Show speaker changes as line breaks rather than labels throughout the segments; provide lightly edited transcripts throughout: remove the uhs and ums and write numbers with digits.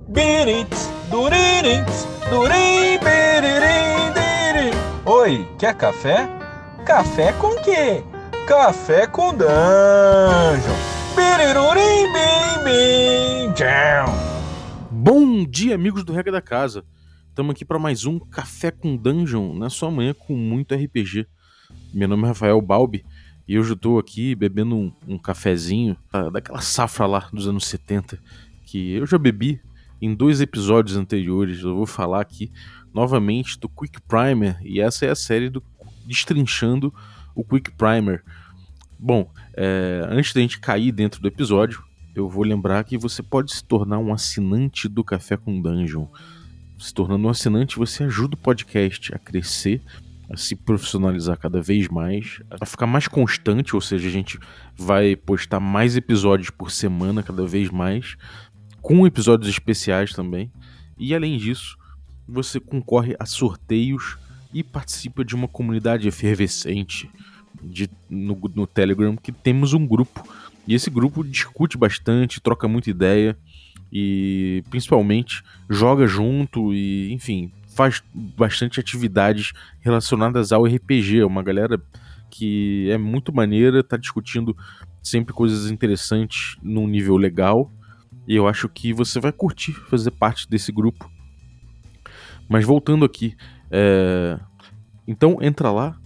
Birits, duririts, durim, biririm, diri. Oi, quer café? Café com quê? Café com dungeon. Birirurim, bim, bim, tchau.
Bom dia, amigos do Regra da Casa. Estamos aqui para mais um Café com Dungeon na sua manhã com muito RPG. Meu nome é Rafael Balbi e hoje eu estou aqui bebendo um cafezinho daquela safra lá dos anos 70 que eu já bebi em 2 episódios anteriores. Eu vou falar aqui novamente do Quick Primer e essa é a série do Destrinchando o Quick Primer. Bom, antes da gente cair dentro do episódio, eu vou lembrar que você pode se tornar um assinante do Café com Dungeon. Se tornando um assinante, você ajuda o podcast a crescer, a se profissionalizar cada vez mais, a ficar mais constante, ou seja, a gente vai postar mais episódios por semana cada vez mais, com episódios especiais também. E além disso, você concorre a sorteios e participa de uma comunidade efervescente no Telegram, que temos um grupo. E esse grupo discute bastante, troca muita ideia e principalmente joga junto e, enfim, faz bastante atividades relacionadas ao RPG. É uma galera que é muito maneira, tá discutindo sempre coisas interessantes num nível legal e eu acho que você vai curtir fazer parte desse grupo. Mas voltando aqui, então entra lá,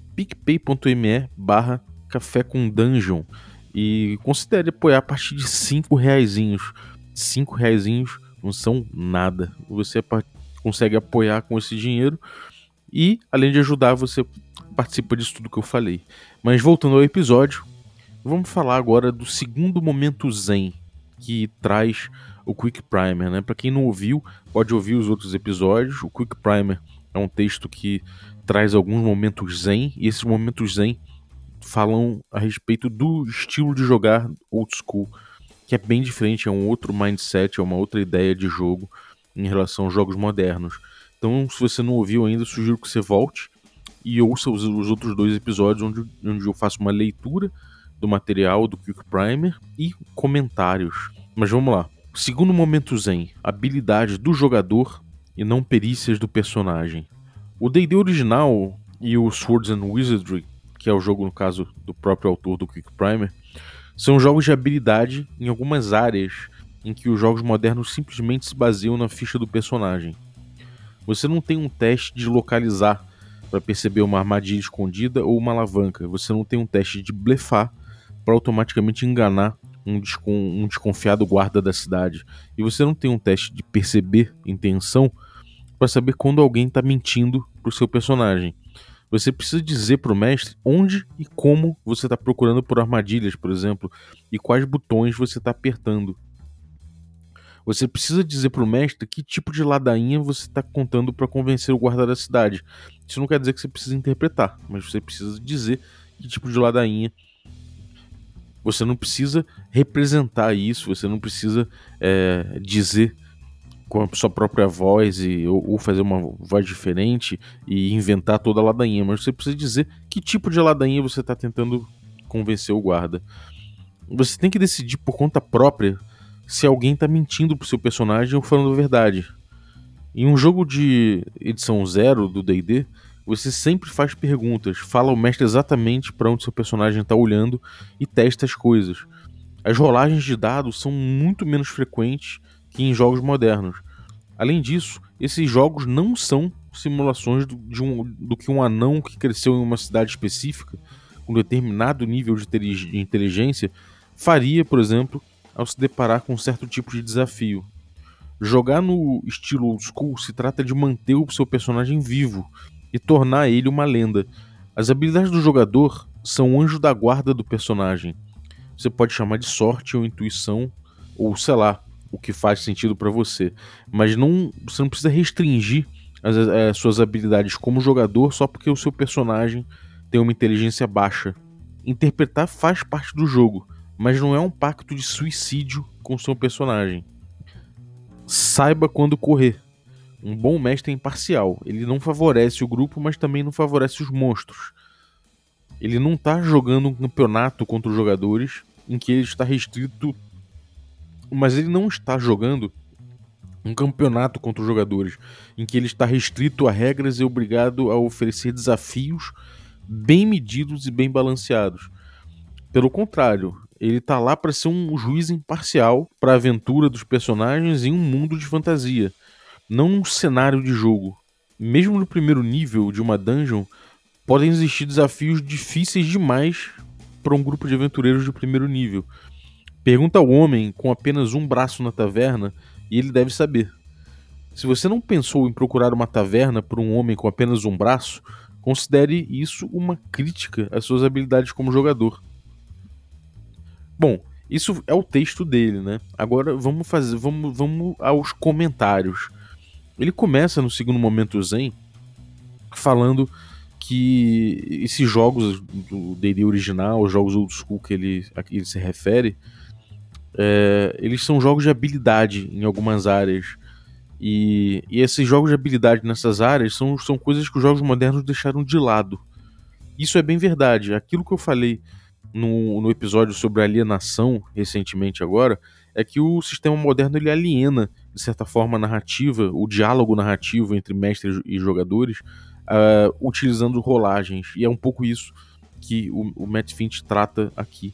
picpay.me/café com dungeon e considere apoiar a partir de R$5. R$5 não são nada. Você consegue apoiar com esse dinheiro e, além de ajudar, você participa disso tudo que eu falei. Mas voltando ao episódio, vamos falar agora do segundo momento zen que traz o Quick Primer, né? Para quem não ouviu, pode ouvir os outros episódios. O Quick Primer é um texto que traz alguns momentos zen, e esses momentos zen falam a respeito do estilo de jogar old school, que é bem diferente, é um outro mindset, é uma outra ideia de jogo em relação aos jogos modernos. Então, se você não ouviu ainda, sugiro que você volte e ouça os outros 2 episódios onde eu faço uma leitura do material do Quick Primer e comentários. Mas vamos lá. Segundo momento zen, habilidades do jogador e não perícias do personagem. O D&D original e o Swords and Wizardry, que é o jogo, no caso, do próprio autor do Quick Primer, são jogos de habilidade em algumas áreas em que os jogos modernos simplesmente se baseiam na ficha do personagem. Você não tem um teste de localizar para perceber uma armadilha escondida ou uma alavanca. Você não tem um teste de blefar para automaticamente enganar um desconfiado guarda da cidade. E você não tem um teste de perceber intenção para saber quando alguém está mentindo pro seu personagem. Você precisa dizer pro mestre onde e como você está procurando por armadilhas, por exemplo, e quais botões você está apertando. Você precisa dizer pro mestre que tipo de ladainha você está contando para convencer o guarda da cidade. Isso não quer dizer que você precisa interpretar, mas você precisa dizer que tipo de ladainha. Você não precisa representar isso, você não precisa dizer com a sua própria voz ou fazer uma voz diferente e inventar toda a ladainha, mas você precisa dizer que tipo de ladainha você está tentando convencer o guarda. Você tem que decidir por conta própria se alguém está mentindo pro seu personagem ou falando a verdade. Em um jogo de edição 0 do D&D, você sempre faz perguntas, fala ao mestre exatamente para onde seu personagem está olhando e testa as coisas. As rolagens de dados são muito menos frequentes que em jogos modernos. Além disso, esses jogos não são simulações do que um anão que cresceu em uma cidade específica, com determinado nível de inteligência, faria, por exemplo, ao se deparar com um certo tipo de desafio. Jogar no estilo old school se trata de manter o seu personagem vivo e tornar ele uma lenda. As habilidades do jogador são o anjo da guarda do personagem. Você pode chamar de sorte ou intuição, ou sei lá, o que faz sentido para você. Mas você não precisa restringir as suas habilidades como jogador só porque o seu personagem tem uma inteligência baixa. Interpretar faz parte do jogo, mas não é um pacto de suicídio com o seu personagem. Saiba quando correr. Um bom mestre é imparcial. Ele não favorece o grupo, mas também não favorece os monstros. Ele não está jogando um campeonato contra os jogadores em que ele está restrito, mas ele não está jogando um campeonato contra os jogadores, em que ele está restrito a regras e obrigado a oferecer desafios bem medidos e bem balanceados. Pelo contrário, ele tá lá para ser um juiz imparcial para a aventura dos personagens em um mundo de fantasia, não um cenário de jogo. Mesmo no primeiro nível de uma dungeon, podem existir desafios difíceis demais para um grupo de aventureiros de primeiro nível. Pergunta ao homem com apenas um braço na taverna e ele deve saber. Se você não pensou em procurar uma taverna por um homem com apenas um braço, considere isso uma crítica às suas habilidades como jogador. Bom, isso é o texto dele, né? Agora vamos aos comentários. Ele começa no segundo momento zen falando que esses jogos do D&D original, os jogos old school a que ele se refere, eles são jogos de habilidade em algumas áreas. E esses jogos de habilidade nessas áreas são coisas que os jogos modernos deixaram de lado. Isso é bem verdade. Aquilo que eu falei no episódio sobre alienação, recentemente agora, é que o sistema moderno ele aliena, de certa forma, a narrativa, o diálogo narrativo entre mestres e jogadores, utilizando rolagens. E é um pouco isso que o Matt Finch trata aqui.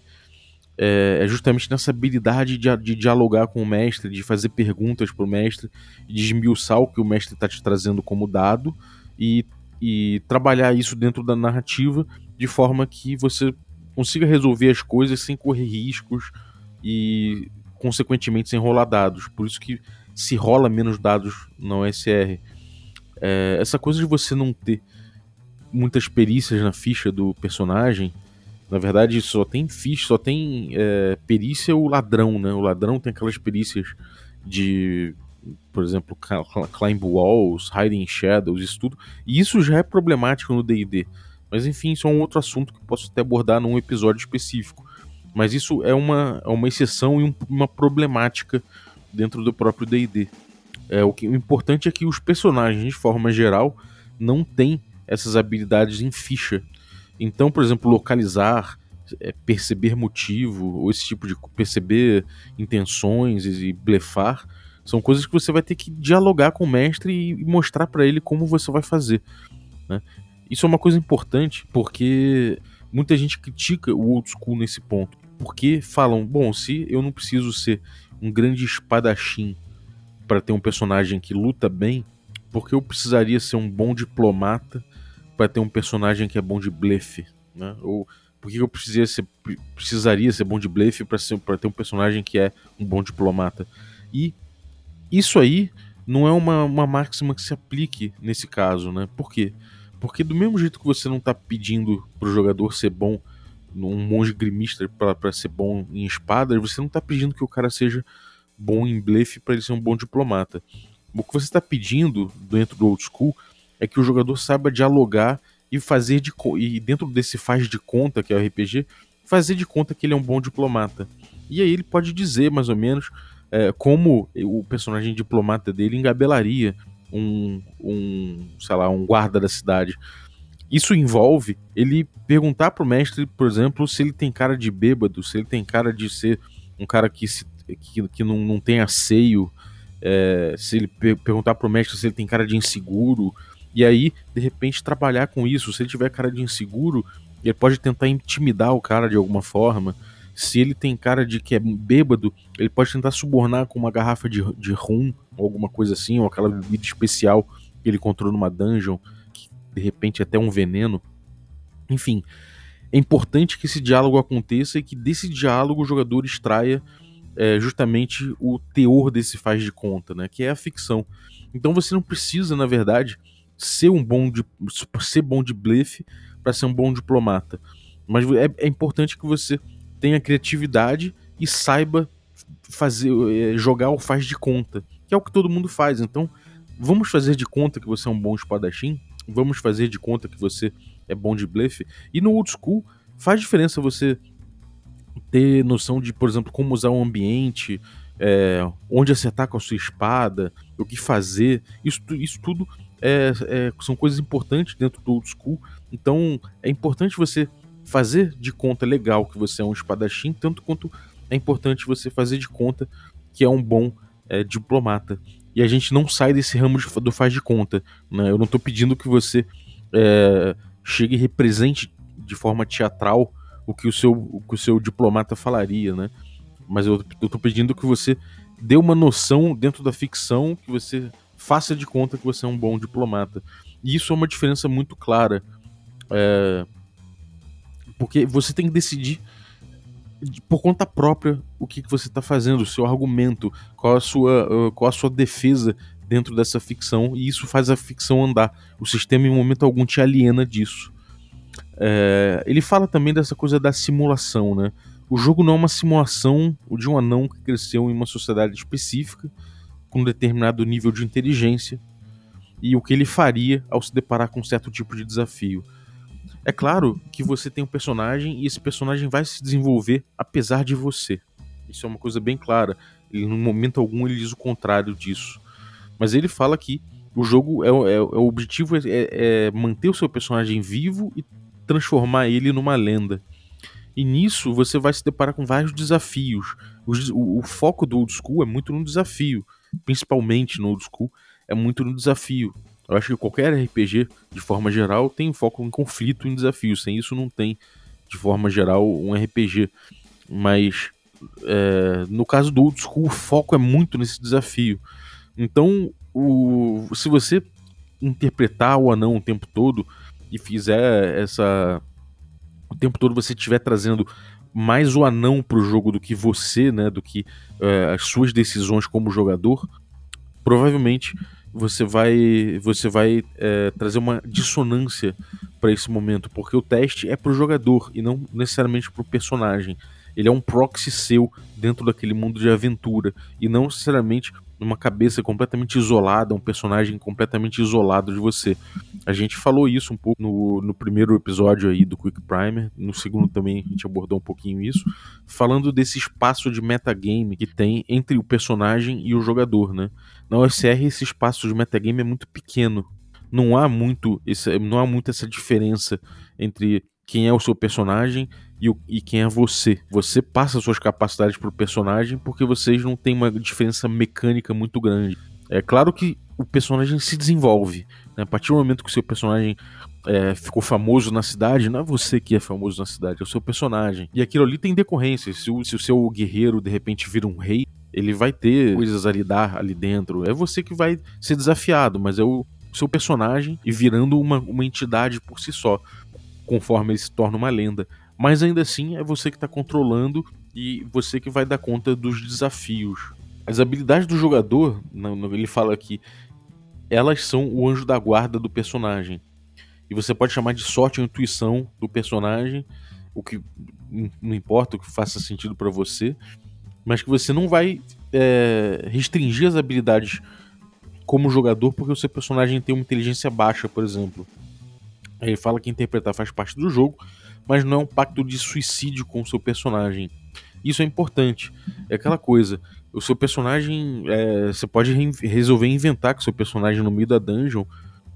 É justamente nessa habilidade de dialogar com o mestre, de fazer perguntas pro mestre, de esmiuçar o que o mestre está te trazendo como dado e trabalhar isso dentro da narrativa de forma que você consiga resolver as coisas sem correr riscos e, consequentemente, sem rolar dados. Por isso que se rola menos dados na OSR. Essa coisa de você não ter muitas perícias na ficha do personagem, na verdade só tem ficha, só tem perícia o ladrão, né? O ladrão tem aquelas perícias de, por exemplo, climb walls, hiding in shadows, isso tudo. E isso já é problemático no D&D. Mas enfim, isso é um outro assunto que eu posso até abordar num episódio específico. Mas isso é uma exceção e uma problemática dentro do próprio D&D. O importante é que os personagens, de forma geral, não têm essas habilidades em ficha. Então, por exemplo, localizar, perceber motivo, ou esse tipo de perceber intenções e blefar, são coisas que você vai ter que dialogar com o mestre e mostrar para ele como você vai fazer, né? Isso é uma coisa importante porque muita gente critica o old school nesse ponto, porque falam, bom, se eu não preciso ser um grande espadachim para ter um personagem que luta bem, porque eu precisaria ser um bom diplomata para ter um personagem que é bom de blefe, né? Ou por que eu precisaria ser bom de blefe para ter um personagem que é um bom diplomata? E isso aí não é uma máxima que se aplique nesse caso, né? Por quê? Porque do mesmo jeito que você não está pedindo pro jogador ser bom, um monge grimista para ser bom em espadas, você não está pedindo que o cara seja bom em blefe para ele ser um bom diplomata. O que você está pedindo dentro do old school é que o jogador saiba dialogar e fazer e dentro desse faz de conta que é o RPG, fazer de conta que ele é um bom diplomata. E aí ele pode dizer mais ou menos como o personagem diplomata dele engabelaria sei lá, um guarda da cidade. Isso envolve ele perguntar pro mestre, por exemplo, se ele tem cara de bêbado, se ele tem cara de ser um cara que não tem asseio, se ele perguntar pro mestre se ele tem cara de inseguro, e aí, de repente, trabalhar com isso. Se ele tiver cara de inseguro, ele pode tentar intimidar o cara de alguma forma. Se ele tem cara de que é bêbado, ele pode tentar subornar com uma garrafa de rum, ou alguma coisa assim, ou aquela bebida especial que ele encontrou numa dungeon, que de repente é até um veneno. Enfim, é importante que esse diálogo aconteça e que desse diálogo o jogador extraia justamente o teor desse faz de conta, né, que é a ficção. Então você não precisa, na verdade, ser bom de blefe para ser um bom diplomata. Mas é importante que você tenha criatividade e saiba jogar o faz de conta, que é o que todo mundo faz. Então, vamos fazer de conta que você é um bom espadachim, vamos fazer de conta que você é bom de blefe. E no old school, faz diferença você ter noção de, por exemplo, como usar o ambiente, onde acertar com a sua espada, o que fazer. Isso tudo são coisas importantes dentro do old school. Então é importante você fazer de conta legal que você é um espadachim, tanto quanto é importante você fazer de conta que é um bom diplomata. e a gente não sai desse ramo do faz de conta, né? Eu não tô pedindo que você chegue e represente de forma teatral o que o seu diplomata falaria, né? Mas eu tô pedindo que você dê uma noção dentro da ficção, que você faça de conta que você é um bom diplomata. E isso é uma diferença muito clara, porque você tem que decidir por conta própria o que você está fazendo, o seu argumento, qual a sua defesa dentro dessa ficção, e isso faz a ficção andar. O sistema, em momento algum, te aliena disso. Ele fala também dessa coisa da simulação, né? O jogo não é uma simulação de um anão que cresceu em uma sociedade específica, com um determinado nível de inteligência, e o que ele faria ao se deparar com um certo tipo de desafio. É claro que você tem um personagem e esse personagem vai se desenvolver apesar de você. Isso é uma coisa bem clara. Ele, no momento algum, ele diz o contrário disso. Mas ele fala que o jogo o objetivo é manter o seu personagem vivo e transformar ele numa lenda. E nisso você vai se deparar com vários desafios. O foco do Old School é muito no desafio. Principalmente no Old School, é muito no desafio. Eu acho que qualquer RPG, de forma geral, tem foco em conflito e em desafio. Sem isso não tem, de forma geral, um RPG. Mas no caso do Old School, o foco é muito nesse desafio. Então, se você interpretar o anão o tempo todo e fizer o tempo todo você estiver trazendo mais o anão pro jogo do que você, né, do que as suas decisões como jogador, provavelmente você vai trazer uma dissonância para esse momento, porque o teste é pro jogador e não necessariamente pro personagem. Ele é um proxy seu dentro daquele mundo de aventura e não necessariamente uma cabeça completamente isolada, um personagem completamente isolado de você. A gente falou isso um pouco no primeiro episódio aí do Quick Primer, no segundo também a gente abordou um pouquinho isso, falando desse espaço de metagame que tem entre o personagem e o jogador, né? Na OSR esse espaço de metagame é muito pequeno. Não há muito essa diferença entre quem é o seu personagem e quem é você. Você passa suas capacidades pro personagem porque vocês não têm uma diferença mecânica muito grande. É claro que o personagem se desenvolve, né? A partir do momento que o seu personagem ficou famoso na cidade, não é você que é famoso na cidade, é o seu personagem. E aquilo ali tem decorrências. Se o seu guerreiro de repente vira um rei, ele vai ter coisas a lidar ali dentro. É você que vai ser desafiado, mas é o seu personagem e virando uma entidade por si só, conforme ele se torna uma lenda. Mas ainda assim é você que está controlando e você que vai dar conta dos desafios. As habilidades do jogador, ele fala aqui, elas são o anjo da guarda do personagem. E você pode chamar de sorte ou intuição do personagem, o que não importa, o que faça sentido para você, mas que você não vai restringir as habilidades como jogador porque o seu personagem tem uma inteligência baixa, por exemplo. Ele fala que interpretar faz parte do jogo, mas não é um pacto de suicídio com o seu personagem. Isso é importante. É aquela coisa, o seu personagem, você pode resolver inventar que o seu personagem no meio da dungeon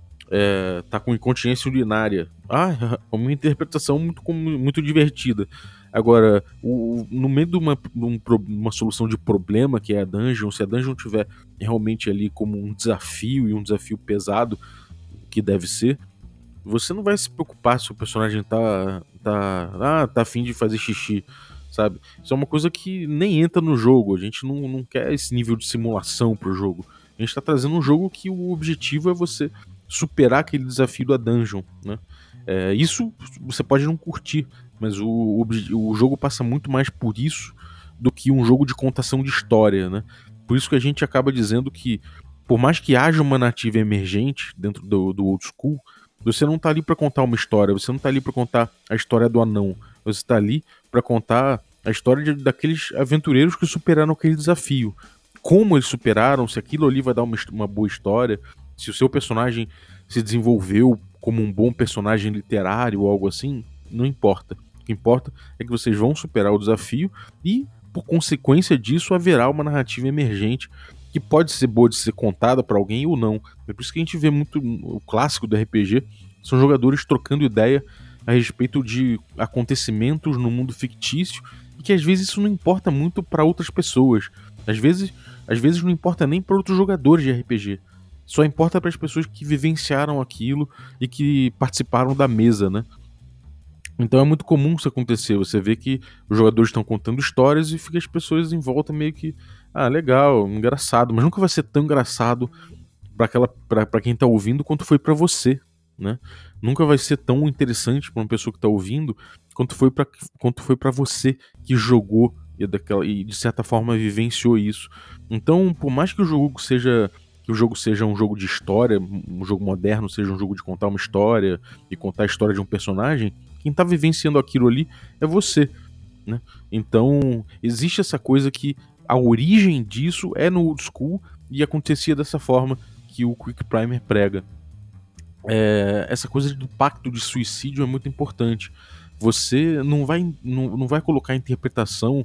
tá com incontinência urinária. É uma interpretação muito divertida. Agora, no meio de uma solução de problema, que é a dungeon, se a dungeon tiver realmente ali como um desafio, e um desafio pesado, que deve ser, você não vai se preocupar se o personagem tá a fim de fazer xixi, sabe? Isso é uma coisa que nem entra no jogo. A gente não quer esse nível de simulação pro jogo. A gente tá trazendo um jogo que o objetivo é você superar aquele desafio da dungeon, né? Isso você pode não curtir, mas o jogo passa muito mais por isso do que um jogo de contação de história, né? Por isso que a gente acaba dizendo que, por mais que haja uma narrativa emergente dentro do Old School, você não tá ali para contar uma história, você não tá ali para contar a história do anão, você tá ali para contar a história daqueles aventureiros que superaram aquele desafio. Como eles superaram, se aquilo ali vai dar uma boa história, se o seu personagem se desenvolveu como um bom personagem literário ou algo assim, não importa. O que importa é que vocês vão superar o desafio e, por consequência disso, haverá uma narrativa emergente que pode ser boa de ser contada para alguém ou não. É por isso que a gente vê muito o clássico do RPG, são jogadores trocando ideia a respeito de acontecimentos no mundo fictício e que às vezes isso não importa muito para outras pessoas. Às vezes às vezes não importa nem para outros jogadores de RPG. Só importa para as pessoas que vivenciaram aquilo e que participaram da mesa, né? Então é muito comum isso acontecer. Você vê que os jogadores estão contando histórias e fica as pessoas em volta meio que, legal, engraçado, mas nunca vai ser tão engraçado para quem tá ouvindo quanto foi para você, né? Nunca vai ser tão interessante para uma pessoa que tá ouvindo quanto foi para você que jogou e de certa forma vivenciou isso. Então, por mais que o jogo seja um jogo de história, um jogo moderno, seja um jogo de contar uma história e contar a história de um personagem, quem tá vivenciando aquilo ali é você, né? Então, existe essa coisa que a origem disso é no old school e acontecia dessa forma que o Quick Primer prega. Essa coisa do pacto de suicídio é muito importante. Você não vai colocar a interpretação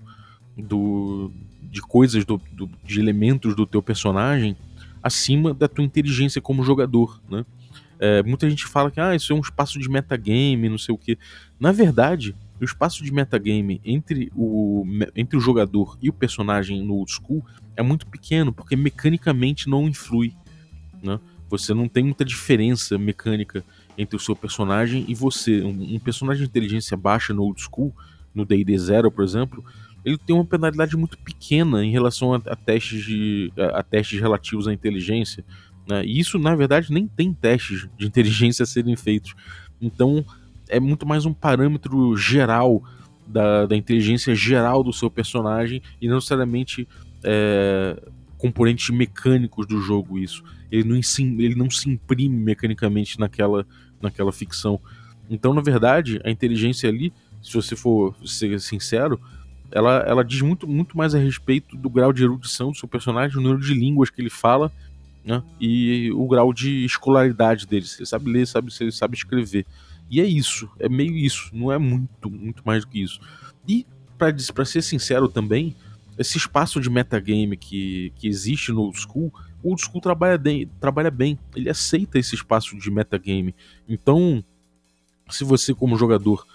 de coisas, de elementos do teu personagem acima da tua inteligência como jogador, né? Muita gente fala que isso é um espaço de metagame, não sei o que. Na verdade, o espaço de metagame entre o jogador e o personagem no old school é muito pequeno, porque mecanicamente não influi, né? Você não tem muita diferença mecânica entre o seu personagem e você. Um personagem de inteligência baixa no old school, no D&D 0, por exemplo, ele tem uma penalidade muito pequena em relação a testes relativos à inteligência, né? E isso, na verdade, nem tem testes de inteligência a serem feitos. Então, é muito mais um parâmetro geral da inteligência geral do seu personagem e não necessariamente componentes mecânicos do jogo. Isso ele não se imprime mecanicamente naquela ficção. Então, na verdade, a inteligência ali, se você for ser sincero, ela diz muito, muito mais a respeito do grau de erudição do seu personagem, o número de línguas que ele fala, né, e o grau de escolaridade dele, se ele sabe ler, se ele sabe escrever. E é isso, é meio isso, não é muito, muito mais do que isso. E, pra ser sincero também, esse espaço de metagame que existe no old school, o old school trabalha bem, ele aceita esse espaço de metagame. Então, se você como jogador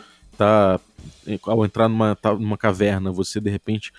ao entrar numa caverna, você de repente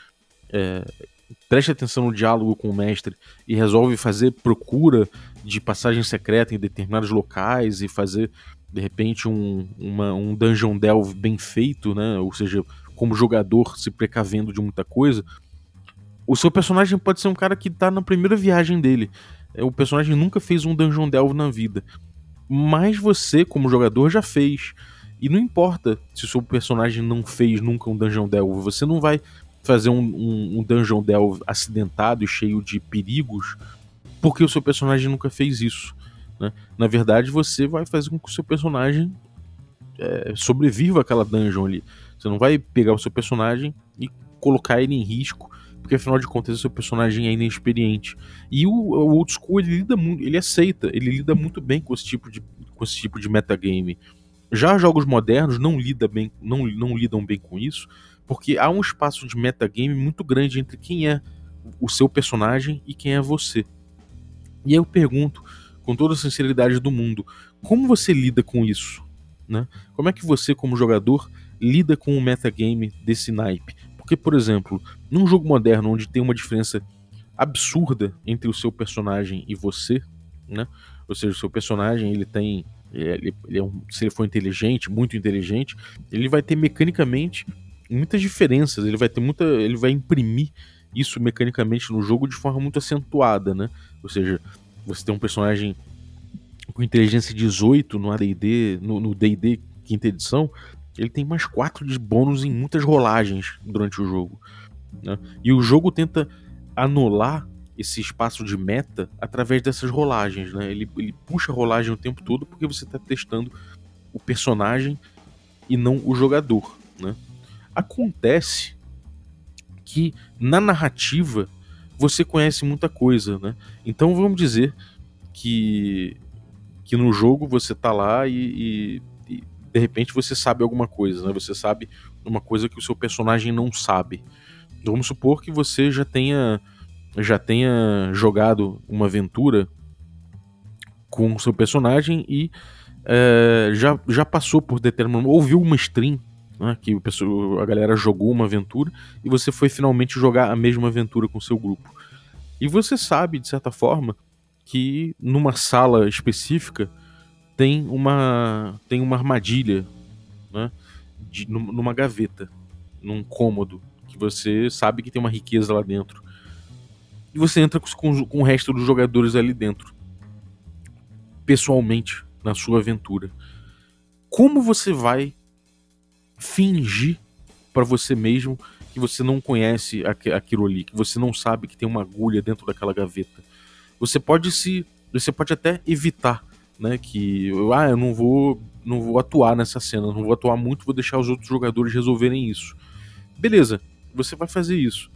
preste atenção no diálogo com o mestre e resolve fazer procura de passagem secreta em determinados locais e fazer de repente um dungeon delve bem feito, né? Ou seja, como jogador se precavendo de muita coisa, o seu personagem pode ser um cara que tá na primeira viagem dele. O personagem nunca fez um dungeon delve na vida, mas você como jogador já fez. E não importa se o seu personagem não fez nunca um dungeon delve, você não vai fazer um dungeon delve acidentado e cheio de perigos porque o seu personagem nunca fez isso, né? Na verdade, você vai fazer com que o seu personagem sobreviva àquela dungeon ali. Você não vai pegar o seu personagem e colocar ele em risco, porque afinal de contas o seu personagem é inexperiente. E o old school ele lida muito bem com esse tipo de metagame. Já jogos modernos não lidam bem com isso, porque há um espaço de metagame muito grande entre quem é o seu personagem e quem é você. E aí eu pergunto, com toda a sinceridade do mundo, como você lida com isso, né? Como é que você, como jogador, lida com o metagame desse naipe? Porque, por exemplo, num jogo moderno onde tem uma diferença absurda entre o seu personagem e você, né? Ou seja, o seu personagem se ele for inteligente, muito inteligente, ele vai ter mecanicamente muitas diferenças, ele vai imprimir isso mecanicamente no jogo de forma muito acentuada, né? Ou seja, você tem um personagem com inteligência 18 no AD&D, no D&D quinta edição, ele tem mais 4 de bônus em muitas rolagens durante o jogo, né? E o jogo tenta anular esse espaço de meta através dessas rolagens, né? Ele puxa a rolagem o tempo todo porque você está testando o personagem e não o jogador, né? Acontece que na narrativa você conhece muita coisa, né? Então vamos dizer que no jogo você tá lá e de repente você sabe alguma coisa, né? Você sabe uma coisa que o seu personagem não sabe. Vamos supor que você já tenha jogado uma aventura com o seu personagem e já passou por determinado... ouviu uma stream, né, que a galera jogou uma aventura e você foi finalmente jogar a mesma aventura com o seu grupo. E você sabe, de certa forma, que numa sala específica tem uma armadilha, né, numa gaveta, num cômodo, que você sabe que tem uma riqueza lá dentro. E você entra com o resto dos jogadores ali dentro, pessoalmente, na sua aventura. Como você vai fingir para você mesmo que você não conhece aquilo ali, que você não sabe que tem uma agulha dentro daquela gaveta? Você pode até evitar, né, que eu não vou atuar nessa cena, não vou atuar muito, vou deixar os outros jogadores resolverem isso. Beleza, você vai fazer isso.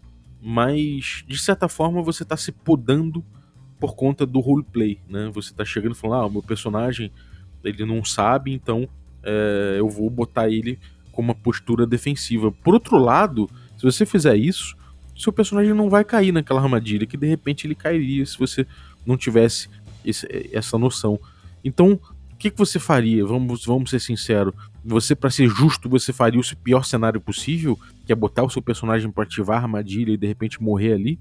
Mas de certa forma você tá se podando por conta do roleplay, né? Você tá chegando e falando, o meu personagem ele não sabe, então eu vou botar ele com uma postura defensiva. Por outro lado, se você fizer isso, seu personagem não vai cair naquela armadilha que de repente ele cairia se você não tivesse essa noção. Então, o que você faria? Vamos ser sinceros. Você, para ser justo, você faria o pior cenário possível, que é botar o seu personagem para ativar a armadilha e de repente morrer ali?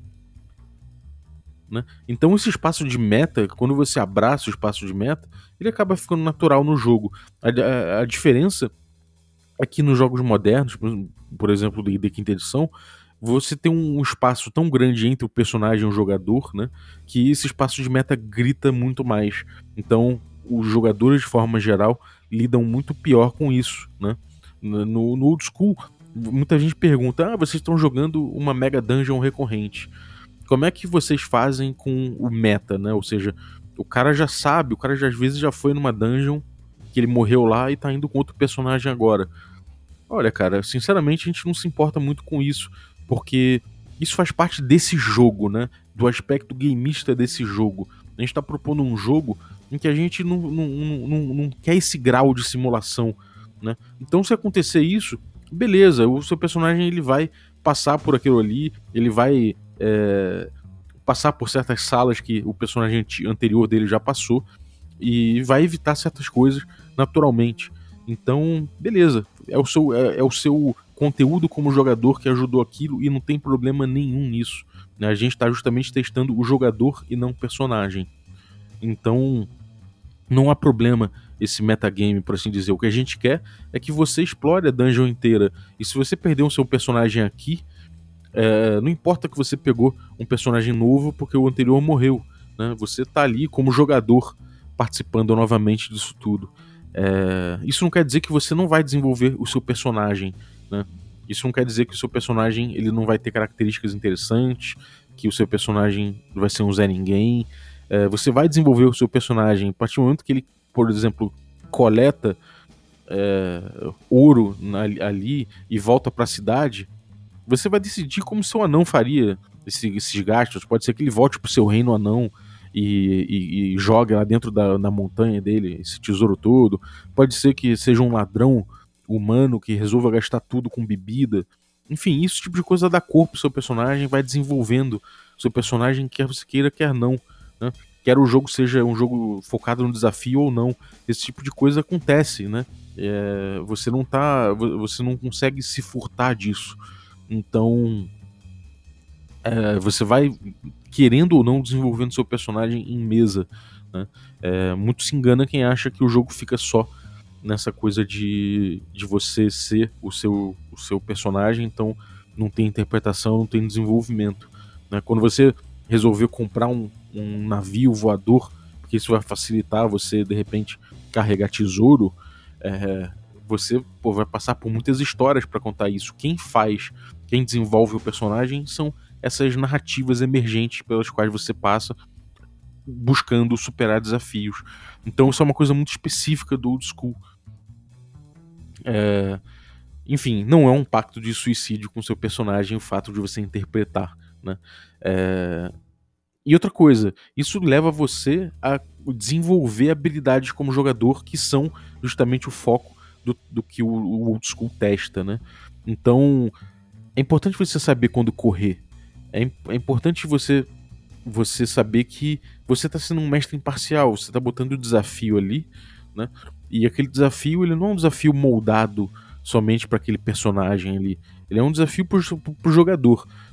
Né? Então esse espaço de meta, quando você abraça o espaço de meta, ele acaba ficando natural no jogo. A diferença é que nos jogos modernos, por exemplo, do D&D Quinta Edição, você tem um espaço tão grande entre o personagem e o jogador, né, que esse espaço de meta grita muito mais. Então os jogadores, de forma geral, lidam muito pior com isso. Né? No Old School, muita gente pergunta, vocês estão jogando uma Mega Dungeon recorrente. Como é que vocês fazem com o meta, né? Ou seja, o cara já sabe, o cara já, às vezes já foi numa dungeon, que ele morreu lá e tá indo com outro personagem agora. Olha, cara, sinceramente a gente não se importa muito com isso, porque isso faz parte desse jogo, né? Do aspecto gameista desse jogo. A gente tá propondo um jogo em que a gente não quer esse grau de simulação, né? Então se acontecer isso, beleza, o seu personagem ele vai passar por aquilo ali, ele vai passar por certas salas que o personagem anterior dele já passou e vai evitar certas coisas naturalmente. Então, beleza, é o seu conteúdo como jogador que ajudou aquilo e não tem problema nenhum nisso. Né? A gente está justamente testando o jogador e não o personagem. Então, não há problema esse metagame, por assim dizer. O que a gente quer é que você explore a dungeon inteira. E se você perder o seu personagem aqui, não importa que você pegou um personagem novo porque o anterior morreu, né? Você tá ali como jogador participando novamente disso tudo. Isso não quer dizer que você não vai desenvolver o seu personagem, né? Isso não quer dizer que o seu personagem ele não vai ter características interessantes, que o seu personagem vai ser um Zé Ninguém. Você vai desenvolver o seu personagem a partir do momento que ele, por exemplo, coleta ouro ali e volta para a cidade. Você vai decidir como seu anão faria esses gastos. Pode ser que ele volte pro seu reino anão e jogue lá dentro da montanha dele esse tesouro todo. Pode ser que seja um ladrão humano que resolva gastar tudo com bebida. Enfim, isso tipo de coisa dá corpo pro seu personagem, vai desenvolvendo o seu personagem, quer você queira, quer não. Né? Quer o jogo seja um jogo focado no desafio ou não. Esse tipo de coisa acontece, né? Você não consegue se furtar disso. Então, você vai, querendo ou não, desenvolvendo seu personagem em mesa. Né? Muito se engana quem acha que o jogo fica só nessa coisa de você ser o seu personagem, então não tem interpretação, não tem desenvolvimento. Né? Quando você resolveu comprar um navio voador, porque isso vai facilitar você, de repente, carregar tesouro, você vai passar por muitas histórias para contar isso. Quem desenvolve o personagem são essas narrativas emergentes pelas quais você passa buscando superar desafios. Então isso é uma coisa muito específica do Old School. Enfim, não é um pacto de suicídio com seu personagem o fato de você interpretar. Né? E outra coisa, isso leva você a desenvolver habilidades como jogador que são justamente o foco do que o Old School testa, né? Então, é importante você saber quando correr. É importante você saber que você está sendo um mestre imparcial, você está botando o desafio ali, né? E aquele desafio, ele não é um desafio moldado somente para aquele personagem ali. Ele é um desafio pro jogador, né?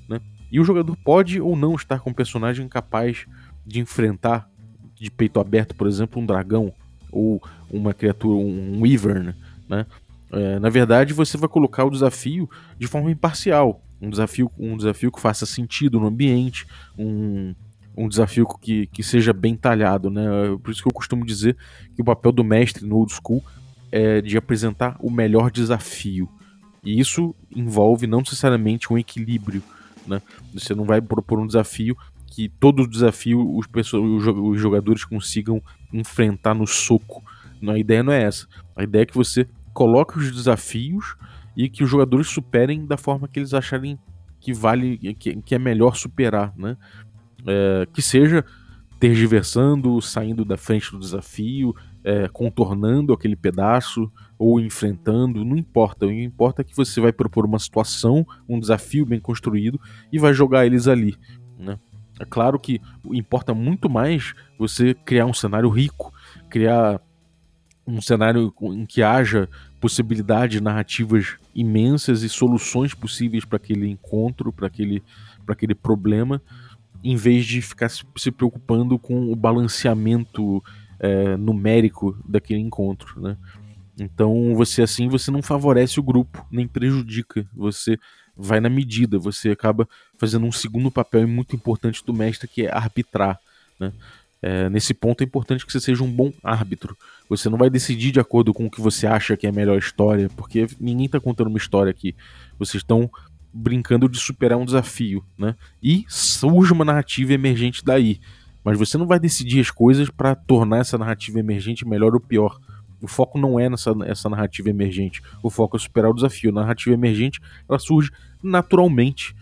E o jogador pode ou não estar com um personagem capaz de enfrentar de peito aberto, por exemplo, um dragão ou uma criatura, um wyvern, né? Na verdade, você vai colocar o desafio de forma imparcial, um desafio que faça sentido no ambiente, um desafio que seja bem talhado, né? Por isso que eu costumo dizer que o papel do mestre no old school é de apresentar o melhor desafio. E isso envolve não necessariamente um equilíbrio, né? Você não vai propor um desafio que todo desafio os jogadores consigam enfrentar no soco. A ideia não é essa. A ideia é que você coloque os desafios e que os jogadores superem da forma que eles acharem que é melhor superar, né? Que seja tergiversando, saindo da frente do desafio, contornando aquele pedaço ou enfrentando, não importa. O que importa é que você vai propor uma situação, um desafio bem construído e vai jogar eles ali, né? É claro que importa muito mais você criar um cenário rico, criar um cenário em que haja possibilidades narrativas imensas e soluções possíveis para aquele encontro, para aquele problema, em vez de ficar se preocupando com o balanceamento numérico daquele encontro, né? Então você não favorece o grupo, nem prejudica, você vai na medida, você acaba fazendo um segundo papel muito importante do mestre, que é arbitrar, né? Nesse ponto é importante que você seja um bom árbitro. Você não vai decidir de acordo com o que você acha que é a melhor história, porque ninguém está contando uma história aqui. Vocês estão brincando de superar um desafio, né? E surge uma narrativa emergente daí. Mas você não vai decidir as coisas para tornar essa narrativa emergente melhor ou pior. O foco não é essa narrativa emergente. O foco é superar o desafio. A narrativa emergente, ela surge naturalmente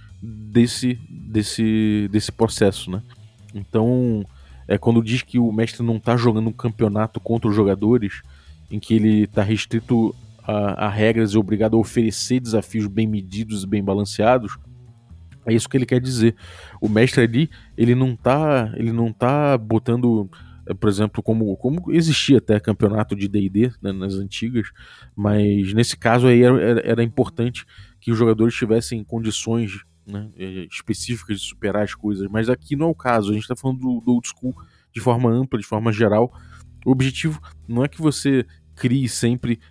desse processo, né? Então, quando diz que o mestre não está jogando um campeonato contra os jogadores, em que ele está restrito a regras e obrigado a oferecer desafios bem medidos e bem balanceados, é isso que ele quer dizer. O mestre ali, ele não tá botando, por exemplo, como existia até campeonato de D&D, né, nas antigas, mas nesse caso aí era importante que os jogadores tivessem condições, né, específicas de superar as coisas, mas aqui não é o caso. A gente está falando do old school de forma ampla, de forma geral. O objetivo não é que você crie sempre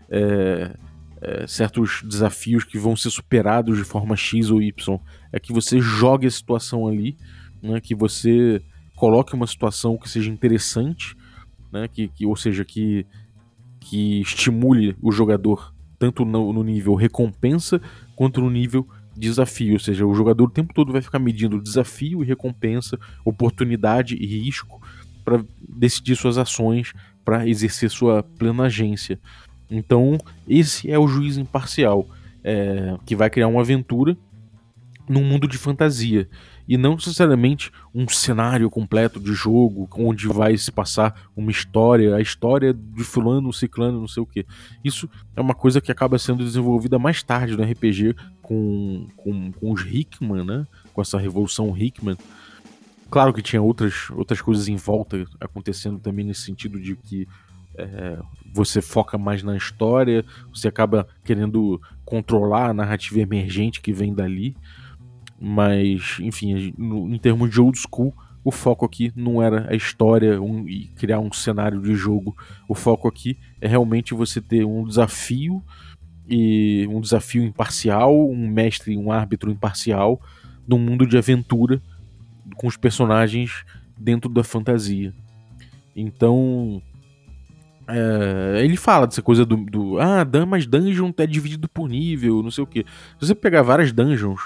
certos desafios que vão ser superados de forma X ou Y. É que você jogue a situação ali, né, que você coloque uma situação que seja interessante, né, ou seja, que estimule o jogador tanto no nível recompensa quanto no nível desafio. Ou seja, o jogador o tempo todo vai ficar medindo desafio e recompensa, oportunidade e risco para decidir suas ações, para exercer sua plena agência. Então, esse é o juiz imparcial, que vai criar uma aventura num mundo de fantasia. E não necessariamente um cenário completo de jogo, onde vai se passar uma história, a história de fulano, ciclano, não sei o que. Isso é uma coisa que acaba sendo desenvolvida mais tarde no RPG com os Hickman, né? Com essa revolução Hickman. Claro que tinha outras coisas em volta acontecendo também, nesse sentido de que você foca mais na história, você acaba querendo controlar a narrativa emergente que vem dali, mas, enfim, em termos de old school, o foco aqui não era a história e criar um cenário de jogo. O foco aqui é realmente você ter um desafio, e um desafio imparcial, um mestre, um árbitro imparcial, num mundo de aventura, com os personagens dentro da fantasia. Então, ele fala dessa coisa mas dungeon é dividido por nível, não sei o que. Se você pegar várias dungeons,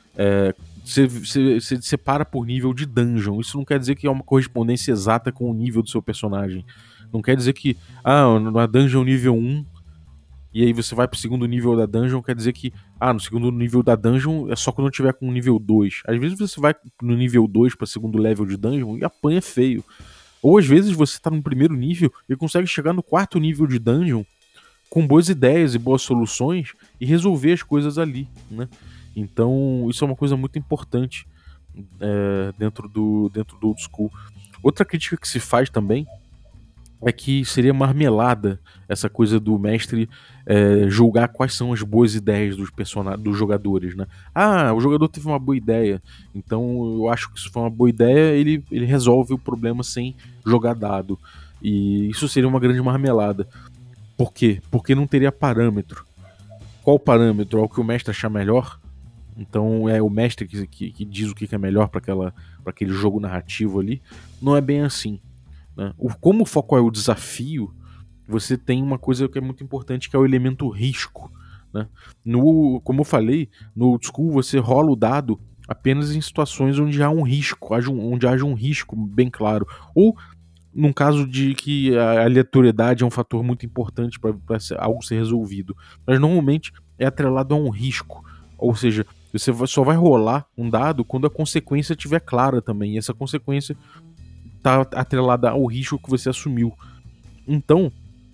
você separa por nível de dungeon. Isso não quer dizer que é uma correspondência exata com o nível do seu personagem. Não quer dizer que, na dungeon nível 1, e aí você vai pro segundo nível da dungeon, quer dizer que, no segundo nível da dungeon é só quando tiver com o nível 2. Às vezes você vai no nível 2 para segundo level de dungeon e apanha feio. Ou às vezes você tá no primeiro nível e consegue chegar no quarto nível de dungeon com boas ideias e boas soluções e resolver as coisas ali, né? Então isso é uma coisa muito importante dentro do old school. Outra crítica que se faz também é que seria marmelada essa coisa do mestre julgar quais são as boas ideias dos jogadores, né? Ah, o jogador teve uma boa ideia, então eu acho que isso foi uma boa ideia, ele resolve o problema sem jogar dado. E isso seria uma grande marmelada. Por quê? Porque não teria parâmetro. Qual parâmetro? É o que o mestre achar melhor? Então é o mestre que diz o que é melhor para aquele jogo narrativo ali? Não é bem assim, né? Como o foco é o desafio, você tem uma coisa que é muito importante, que é o elemento risco, né? Como eu falei, no old school você rola o dado apenas em situações onde há um risco, onde haja um risco bem claro, ou num caso de que a aleatoriedade é um fator muito importante para algo ser resolvido. Mas normalmente é atrelado a um risco, ou seja, você só vai rolar um dado quando a consequência estiver clara também, e essa consequência está atrelada ao risco que você assumiu. Então,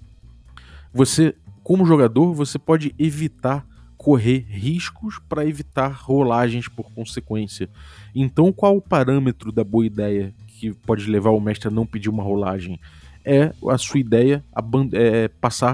você, como jogador, você pode evitar correr riscos para evitar rolagens por consequência. Então, qual o parâmetro da boa ideia que pode levar o mestre a não pedir uma rolagem? É a sua ideia passar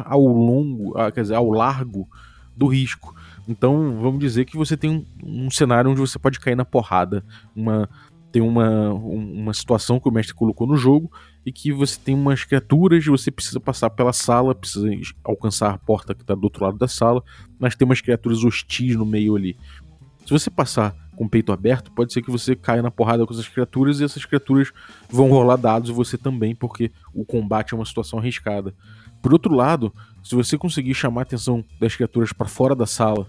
ao largo do risco. Então, vamos dizer que você tem um cenário onde você pode cair na porrada. Tem uma situação que o mestre colocou no jogo e que você tem umas criaturas, você precisa passar pela sala, precisa alcançar a porta que está do outro lado da sala, mas tem umas criaturas hostis no meio ali. Se você passar com o peito aberto, pode ser que você caia na porrada com essas criaturas e essas criaturas vão rolar dados e você também, porque o combate é uma situação arriscada. Por outro lado, se você conseguir chamar a atenção das criaturas para fora da sala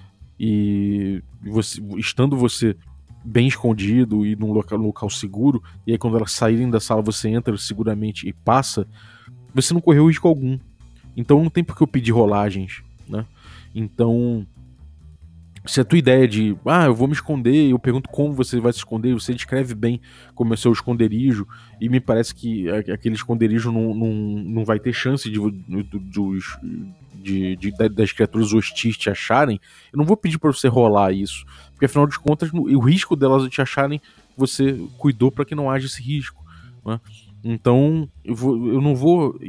e estando você bem escondido e num local seguro, e aí quando elas saírem da sala você entra seguramente e passa, você não correu risco algum. Então não tem por que eu pedir rolagens, né? Então, se a tua ideia de, eu vou me esconder, eu pergunto como você vai se esconder, você descreve bem como é o seu esconderijo, e me parece que aquele esconderijo não vai ter chance das criaturas hostis te acharem, eu não vou pedir pra você rolar isso, porque afinal de contas, o risco delas te acharem, você cuidou para que não haja esse risco, né? Então, eu não vou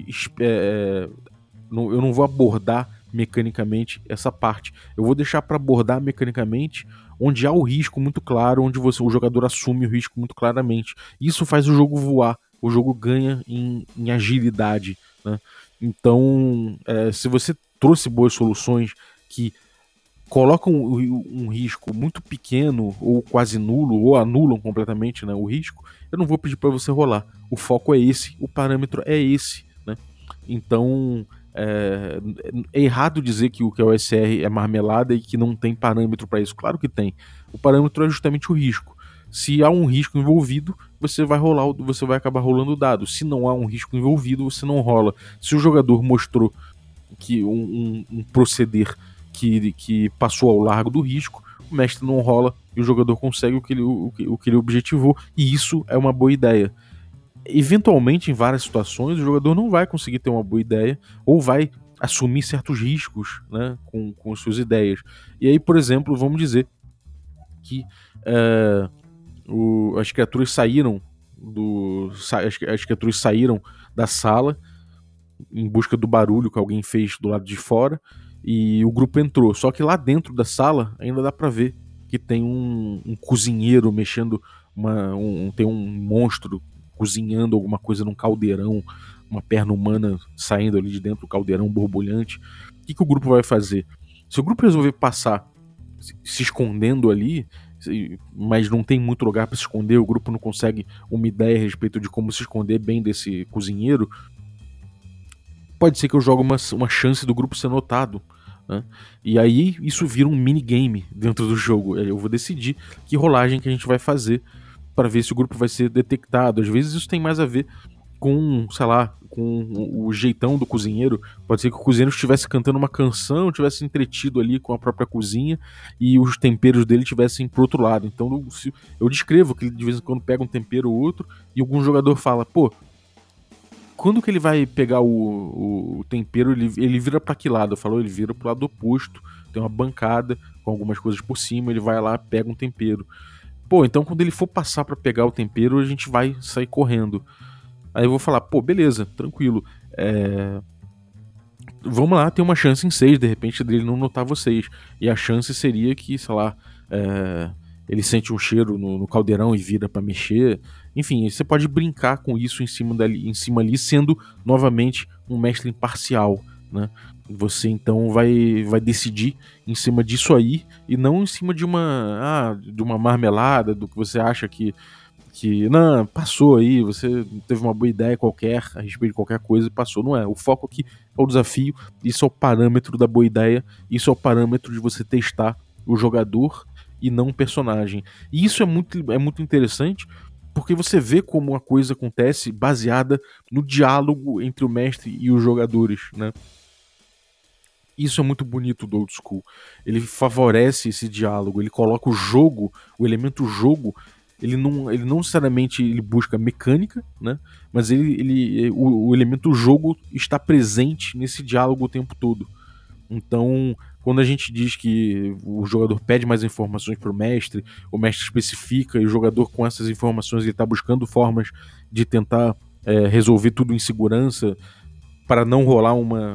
abordar mecanicamente essa parte. Eu vou deixar para abordar mecanicamente onde há o risco muito claro, onde o jogador assume o risco muito claramente. Isso faz o jogo voar, o jogo ganha em agilidade, né? Então, se você trouxe boas soluções que colocam um risco muito pequeno ou quase nulo, ou anulam completamente, né, o risco, eu não vou pedir para você rolar. O foco é esse, o parâmetro é esse, né? Então, é errado dizer que o OSR é marmelada e que não tem parâmetro para isso. Claro que tem. O parâmetro é justamente o risco. Se há um risco envolvido, você vai acabar rolando o dado. Se não há um risco envolvido, você não rola. Se o jogador mostrou que um proceder que passou ao largo do risco, o mestre não rola e o jogador consegue o que ele objetivou, e isso é uma boa ideia. Eventualmente, em várias situações, o jogador não vai conseguir ter uma boa ideia ou vai assumir certos riscos, né, com as suas ideias. E aí, por exemplo, vamos dizer que as criaturas saíram as criaturas saíram da sala em busca do barulho que alguém fez do lado de fora e o grupo entrou. Só que lá dentro da sala ainda dá pra ver que tem um cozinheiro mexendo, tem um monstro cozinhando alguma coisa num caldeirão, uma perna humana saindo ali de dentro do caldeirão borbulhante. O que o grupo vai fazer? Se o grupo resolver passar se escondendo ali, mas não tem muito lugar para se esconder, o grupo não consegue uma ideia a respeito de como se esconder bem desse cozinheiro, pode ser que eu jogue uma chance do grupo ser notado, né? E aí isso vira um minigame dentro do jogo. Eu vou decidir que rolagem que a gente vai fazer para ver se o grupo vai ser detectado. Às vezes isso tem mais a ver com, sei lá, com o jeitão do cozinheiro. Pode ser que o cozinheiro estivesse cantando uma canção, estivesse entretido ali com a própria cozinha e os temperos dele estivessem pro outro lado. Então eu descrevo que ele de vez em quando pega um tempero ou outro e algum jogador fala, pô, quando que ele vai pegar o tempero, ele vira pra que lado? Eu falo, ele vira pro lado oposto, tem uma bancada com algumas coisas por cima, ele vai lá, pega um tempero. Pô, então quando ele for passar pra pegar o tempero, a gente vai sair correndo. Aí eu vou falar, pô, beleza, tranquilo. Vamos lá, tem uma chance em 6, de repente, dele não notar vocês. E a chance seria que, sei lá, é, ele sente um cheiro no caldeirão e vira pra mexer. Enfim, você pode brincar com isso em cima ali, sendo novamente um mestre imparcial, né? Você então vai decidir em cima disso aí e não em cima de uma marmelada, do que você acha que não, passou aí, você teve uma boa ideia qualquer a respeito de qualquer coisa e passou. Não é. O foco aqui é o desafio, isso é o parâmetro da boa ideia, isso é o parâmetro de você testar o jogador e não o personagem. E isso é muito interessante porque você vê como a coisa acontece baseada no diálogo entre o mestre e os jogadores, né? Isso é muito bonito do Old School. Ele favorece esse diálogo, ele coloca o jogo, o elemento jogo, ele não necessariamente ele busca mecânica, né? Mas o elemento jogo está presente nesse diálogo o tempo todo. Então, quando a gente diz que o jogador pede mais informações para o mestre especifica e o jogador com essas informações ele está buscando formas de tentar resolver tudo em segurança, para não rolar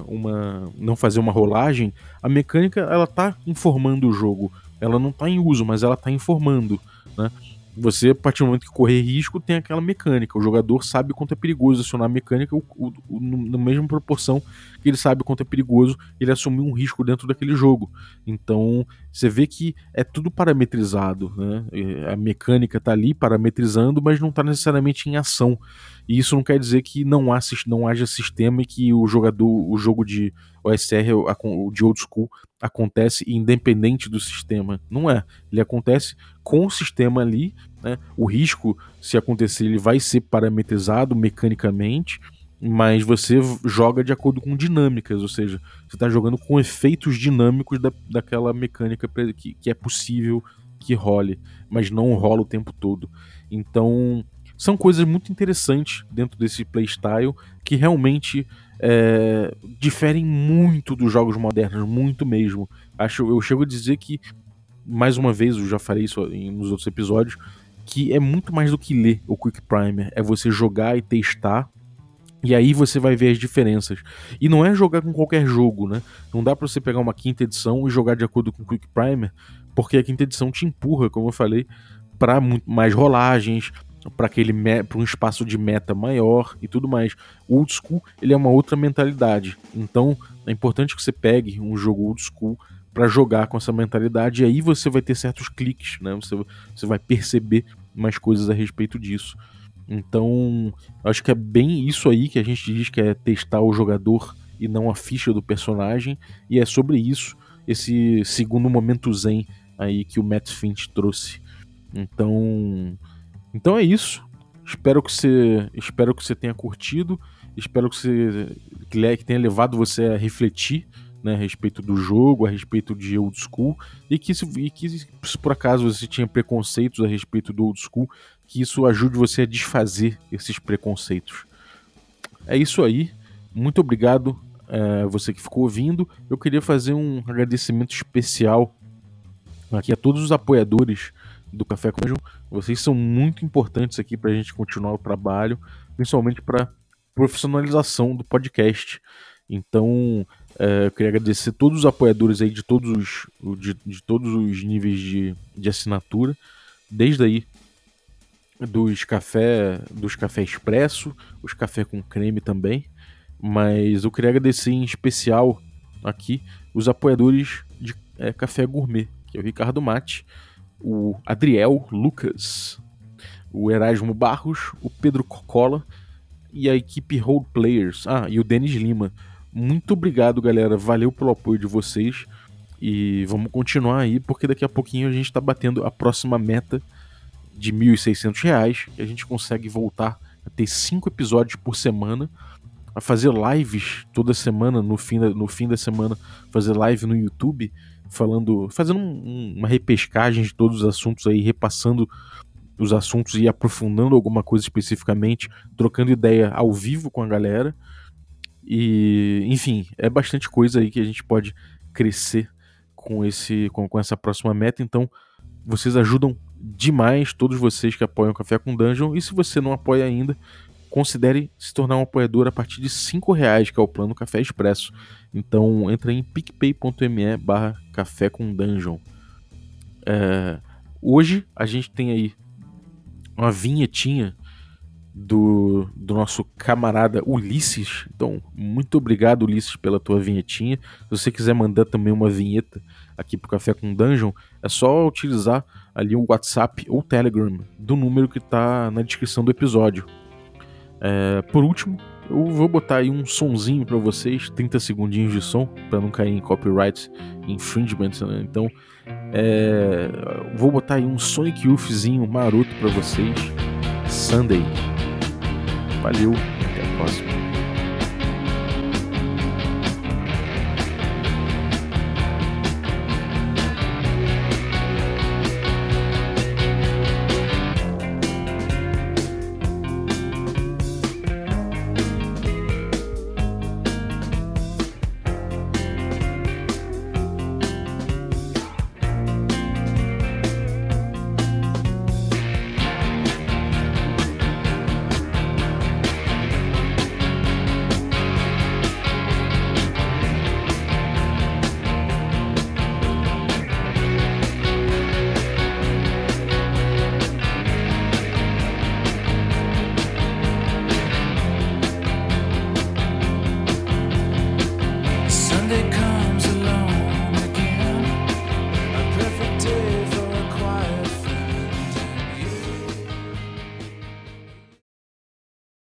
não fazer uma rolagem, a mecânica ela tá informando o jogo. Ela não tá em uso, mas ela tá informando, né? Você, a partir do momento que correr risco, tem aquela mecânica. O jogador sabe quanto é perigoso acionar a mecânica na mesma proporção que ele sabe quanto é perigoso ele assumir um risco dentro daquele jogo. Então, você vê que é tudo parametrizado, né? A mecânica tá ali parametrizando, mas não tá necessariamente em ação. E isso não quer dizer que não haja sistema e que o jogo de OSR, o de Old School, acontece independente do sistema. Não é. Ele acontece com o sistema ali, né? O risco, se acontecer, ele vai ser parametrizado mecanicamente, mas você joga de acordo com dinâmicas, ou seja, você está jogando com efeitos dinâmicos daquela mecânica que é possível que role, mas não rola o tempo todo. Então, são coisas muito interessantes dentro desse playstyle que realmente diferem muito dos jogos modernos, muito mesmo. Eu chego a dizer que, mais uma vez, eu já falei isso nos outros episódios, que é muito mais do que ler o Quick Primer, é você jogar e testar. E aí você vai ver as diferenças. E não é jogar com qualquer jogo, né? Não dá pra você pegar uma quinta edição e jogar de acordo com o Quick Primer, porque a quinta edição te empurra, como eu falei, para mais rolagens, para um espaço de meta maior e tudo mais. O Old School, ele é uma outra mentalidade. Então, é importante que você pegue um jogo Old School para jogar com essa mentalidade e aí você vai ter certos cliques, né? Você vai perceber mais coisas a respeito disso. Então, acho que é bem isso aí que a gente diz que é testar o jogador e não a ficha do personagem, e é sobre isso esse segundo momento zen aí que o Matt Finch trouxe. Então é isso. Espero que você tenha curtido, espero que tenha levado você a refletir, né, a respeito do jogo, a respeito de Old School, e que se por acaso você tinha preconceitos a respeito do Old School, que isso ajude você a desfazer esses preconceitos. É isso aí. Muito obrigado você que ficou ouvindo. Eu queria fazer um agradecimento especial aqui a todos os apoiadores do Café com Dungeon. Vocês são muito importantes aqui para a gente continuar o trabalho, principalmente para profissionalização do podcast. Então, eu queria agradecer todos os apoiadores aí de todos os níveis de assinatura, desde aí dos café expresso, os café com creme também, mas eu queria agradecer em especial aqui os apoiadores de café gourmet, que é o Ricardo Mate, o Adriel Lucas, o Erasmo Barros, o Pedro Cocola e a equipe Role Players, e o Denis Lima. Muito obrigado, galera, valeu pelo apoio de vocês e vamos continuar aí, porque daqui a pouquinho a gente está batendo a próxima meta de R$ 1.600, e a gente consegue voltar a ter 5 episódios por semana, a fazer lives toda semana, no fim da semana, fazer live no YouTube, fazendo uma repescagem de todos os assuntos aí, repassando os assuntos e aprofundando alguma coisa especificamente, trocando ideia ao vivo com a galera. E, enfim, é bastante coisa aí que a gente pode crescer com essa próxima meta, então vocês ajudam demais, todos vocês que apoiam o Café com Dungeon, e se você não apoia ainda, considere se tornar um apoiador a partir de R$5, que é o plano Café Expresso. Então entra em picpay.me/café com dungeon. Hoje a gente tem aí uma vinhetinha do nosso camarada Ulisses. Então, muito obrigado, Ulisses, pela tua vinhetinha. Se você quiser mandar também uma vinheta aqui pro Café com Dungeon, é só utilizar ali o WhatsApp ou Telegram do número que tá na descrição do episódio. Por último, eu vou botar aí um sonzinho para vocês, 30 segundinhos de som, para não cair em copyright infringement, né? Então, vou botar aí um Sonic Youthzinho maroto para vocês. Sunday. Valeu, até a próxima.